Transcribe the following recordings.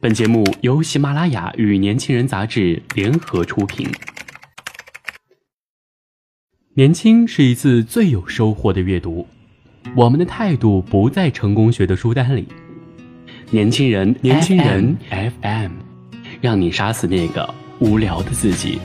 本节目由喜马拉雅与年轻人杂志联合出品。年轻是一次最有收获的阅读，我们的态度不在成功学的书单里。年轻人 FM 让你杀死那个无聊的自己。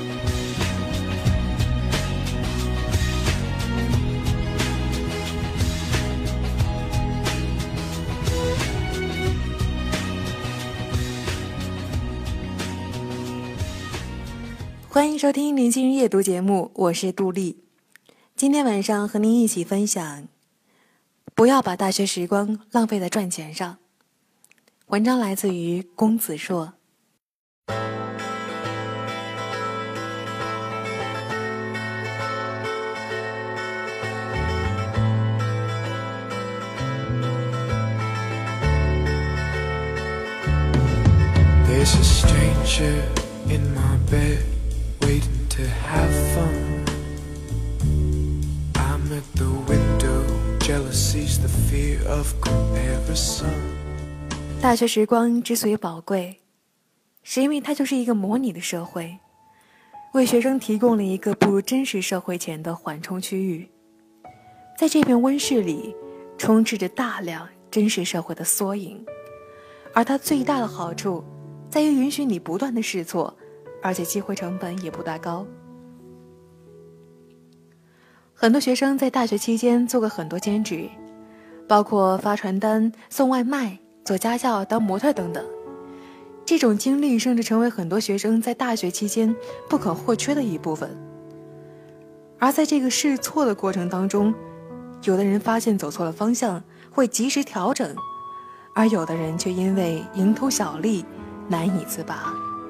欢迎收听年轻人夜读节目，我是杜丽。今天晚上和您一起分享，不要把大学时光浪费在赚钱上。文章来自于龚子硕。 There's a stranger in my bed.Waiting to have fun. I'm at the window. Jealousy's the fear of comparison. 大学时光之所以宝贵，是因为它就是一个模拟的社会，为学生提供了一个步入真实社会前的缓冲区域。在这片温室里，充斥着大量真实社会的缩影，而它最大的好处在于允许你不断的试错，而且机会成本也不大高。很多学生在大学期间做过很多兼职，包括发传单、送外卖、做家教、当模特等等。这种经历甚至成为很多学生在大学期间不可或缺的一部分。而在这个试错的过程当中，有的人发现走错了方向，会及时调整，而有的人却因为蝇头小利难以自拔。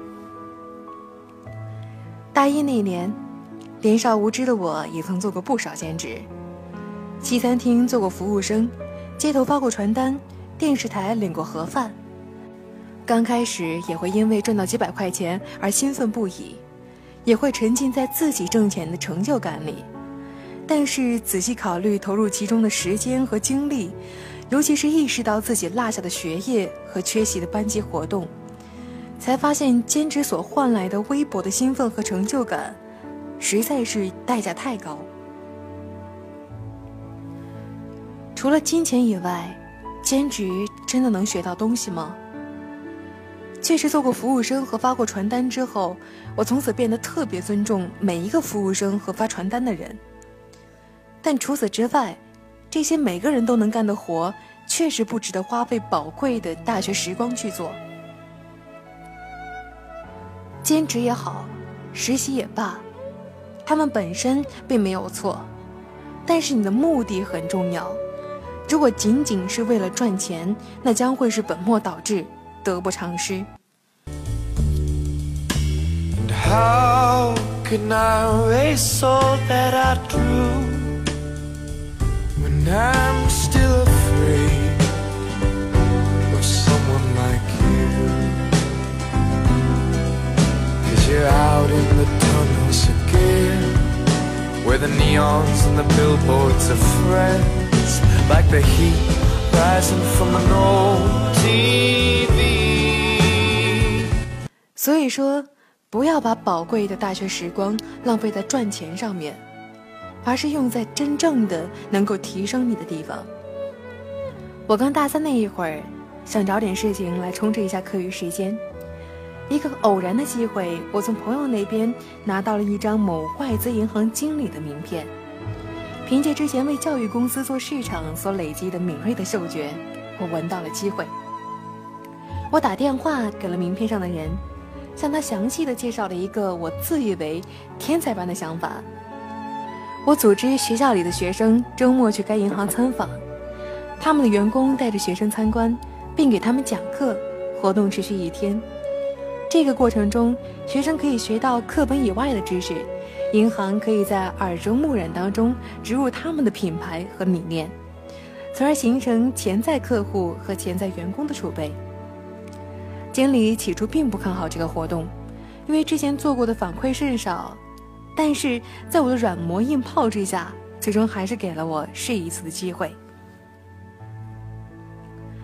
大一那年，年少无知的我也曾做过不少兼职，西餐厅做过服务生，街头发过传单，电视台领过盒饭。刚开始也会因为赚到几百块钱而兴奋不已，也会沉浸在自己挣钱的成就感里。但是仔细考虑投入其中的时间和精力，尤其是意识到自己落下的学业和缺席的班级活动，才发现兼职所换来的微薄的兴奋和成就感实在是代价太高。除了金钱以外，兼职真的能学到东西吗？确实做过服务生和发过传单之后，我从此变得特别尊重每一个服务生和发传单的人。但除此之外，这些每个人都能干的活确实不值得花费宝贵的大学时光去做。兼职也好，实习也罢，他们本身并没有错，但是你的目的很重要。如果仅仅是为了赚钱，那将会是本末倒置，得不偿失。 And how can I erase all that I drew when I'm still afraid of someone like you?You're out in the tunnels again, where the neons and the billboards are friends, like the heat rising from an old TV. 所以说，不要把宝贵的大学时光浪费在赚钱上面，而是用在真正的能够提升你的地方。我刚大三那一会儿，想找点事情来充斥一下课余时间。一个偶然的机会，我从朋友那边拿到了一张某外资银行经理的名片。凭借之前为教育公司做市场所累积的敏锐的嗅觉，我闻到了机会。我打电话给了名片上的人，向他详细的介绍了一个我自以为天才般的想法。我组织学校里的学生周末去该银行参访，他们的员工带着学生参观，并给他们讲课，活动持续1天。这个过程中，学生可以学到课本以外的知识，银行可以在耳濡目染当中植入他们的品牌和理念，从而形成潜在客户和潜在员工的储备。经理起初并不看好这个活动，因为之前做过的反馈甚少，但是在我的软磨硬泡之下，最终还是给了我试一次的机会。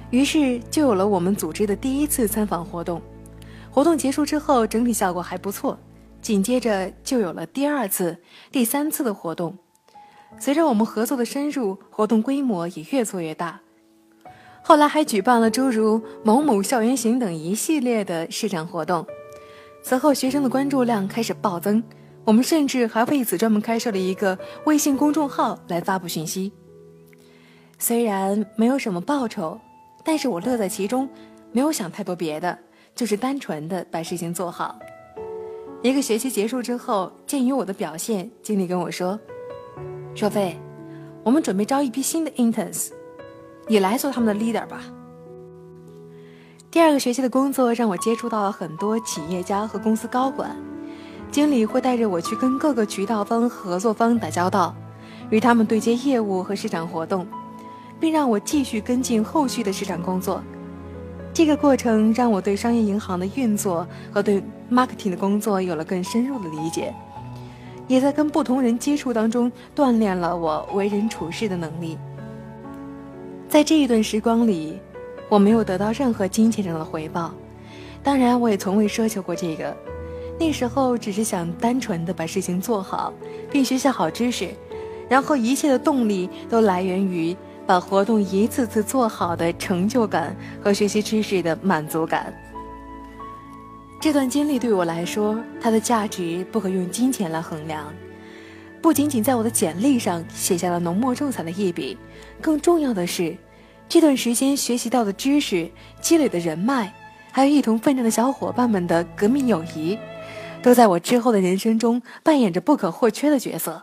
于是就有了我们组织的第一次参访活动。活动结束之后，整体效果还不错，紧接着就有了第2次、第3次的活动。随着我们合作的深入，活动规模也越做越大。后来还举办了诸如某某校园行等一系列的市场活动。此后学生的关注量开始暴增，我们甚至还为此专门开设了一个微信公众号来发布讯息。虽然没有什么报酬，但是我乐在其中，没有想太多别的，就是单纯的把事情做好。1个学期结束之后，鉴于我的表现，经理跟我说，若飞，我们准备招一批新的 interns， 你来做他们的 leader 吧。第2个学期的工作让我接触到了很多企业家和公司高管，经理会带着我去跟各个渠道方、合作方打交道，与他们对接业务和市场活动，并让我继续跟进后续的市场工作。这个过程让我对商业银行的运作和对 marketing 的工作有了更深入的理解，也在跟不同人接触当中锻炼了我为人处事的能力。在这一段时光里，我没有得到任何金钱上的回报，当然我也从未奢求过这个。那时候只是想单纯的把事情做好，并学习好知识，然后一切的动力都来源于把活动一次次做好的成就感和学习知识的满足感。这段经历对我来说，它的价值不可用金钱来衡量，不仅仅在我的简历上写下了浓墨重彩的一笔，更重要的是，这段时间学习到的知识、积累的人脉，还有一同奋战的小伙伴们的革命友谊，都在我之后的人生中扮演着不可或缺的角色。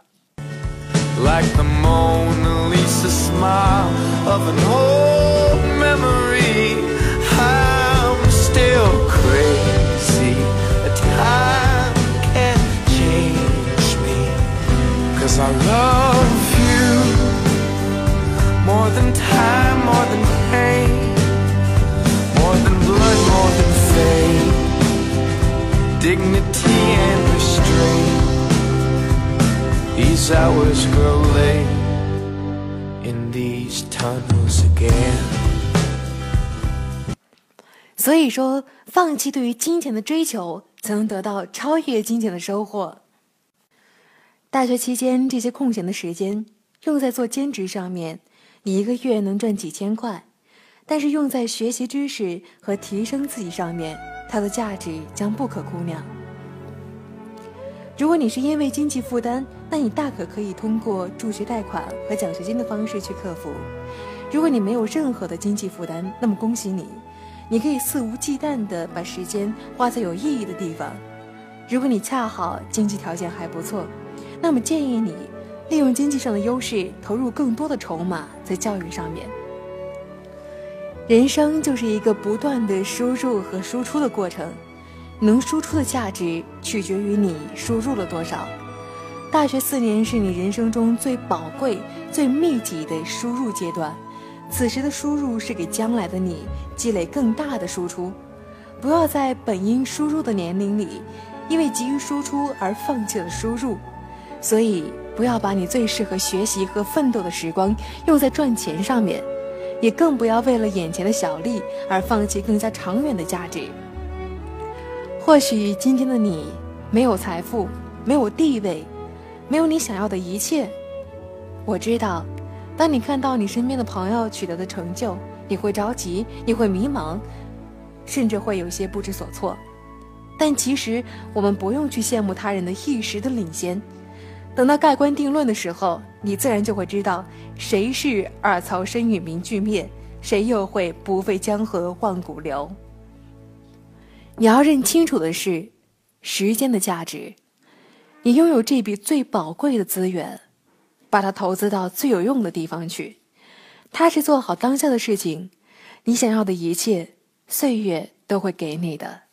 Like the Mona Lisa smile of an old memory, I'm still crazy. Time can't change me, 'cause I love you more than time, more than pain, more than blood, more than fate, dignity and restraint.These hours grow late in these tunnels again. 所以说，放弃对于金钱的追求，才能得到超越金钱的收获。大学期间这些空闲的时间，用在做兼职上面，你1个月能赚几千块，但是用在学习知识和提升自己上面，它的价值将不可估量。如果你是因为经济负担，那你大可以通过助学贷款和奖学金的方式去克服。如果你没有任何的经济负担，那么恭喜你，你可以肆无忌惮地把时间花在有意义的地方。如果你恰好经济条件还不错，那么建议你利用经济上的优势，投入更多的筹码在教育上面。人生就是一个不断的输入和输出的过程，能输出的价值取决于你输入了多少。大学4年是你人生中最宝贵、最密集的输入阶段，此时的输入是给将来的你积累更大的输出。不要在本应输入的年龄里，因为急于输出而放弃了输入。所以不要把你最适合学习和奋斗的时光用在赚钱上面，也更不要为了眼前的小利而放弃更加长远的价值。或许今天的你没有财富，没有地位，没有你想要的一切。我知道，当你看到你身边的朋友取得的成就，你会着急，你会迷茫，甚至会有些不知所措。但其实我们不用去羡慕他人的一时的领先，等到盖棺定论的时候，你自然就会知道谁是二曹身与名俱灭，谁又会不废江河万古流。你要认清楚的是时间的价值，你拥有这笔最宝贵的资源，把它投资到最有用的地方去，踏实做好当下的事情，你想要的一切，岁月都会给你的。